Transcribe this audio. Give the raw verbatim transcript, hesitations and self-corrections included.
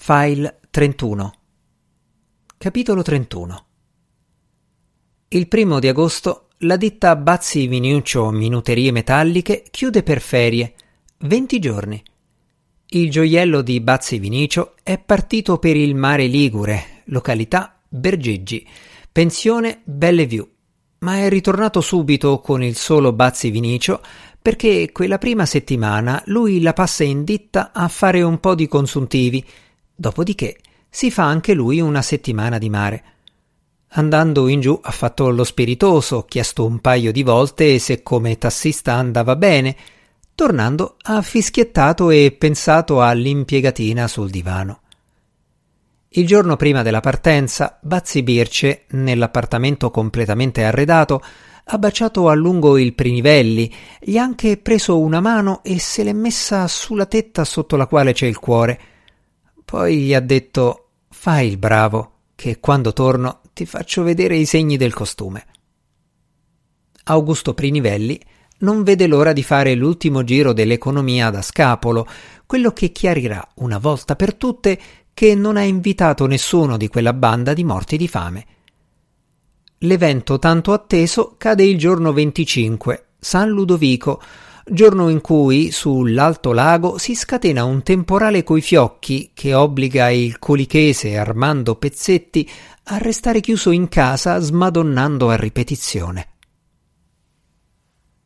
File trentuno. Capitolo trentuno. Il primo di agosto la ditta Bazzi Vinuccio Minuterie Metalliche chiude per ferie, venti giorni. Il gioiello di Bazzi Vinicio è partito per il Mare Ligure, località Bergeggi, pensione Bellevue, ma è ritornato subito con il solo Bazzi Vinicio perché quella prima settimana lui la passa in ditta a fare un po' di consuntivi. Dopodiché si fa anche lui una settimana di mare. Andando in giù ha fatto lo spiritoso, chiesto un paio di volte se come tassista andava bene. Tornando ha fischiettato e pensato all'impiegatina sul divano. Il giorno prima della partenza, Bazzi Birce, nell'appartamento completamente arredato, ha baciato a lungo il Prinivelli, gli ha anche preso una mano e se l'è messa sulla tetta sotto la quale c'è il cuore. Poi gli ha detto: «Fai il bravo, che quando torno ti faccio vedere i segni del costume». Augusto Prinivelli non vede l'ora di fare l'ultimo giro dell'economia da scapolo, quello che chiarirà una volta per tutte che non ha invitato nessuno di quella banda di morti di fame. L'evento tanto atteso cade il giorno venticinque, San Ludovico, giorno in cui sull'Alto Lago si scatena un temporale coi fiocchi che obbliga il colichese Armando Pezzetti a restare chiuso in casa smadonnando a ripetizione.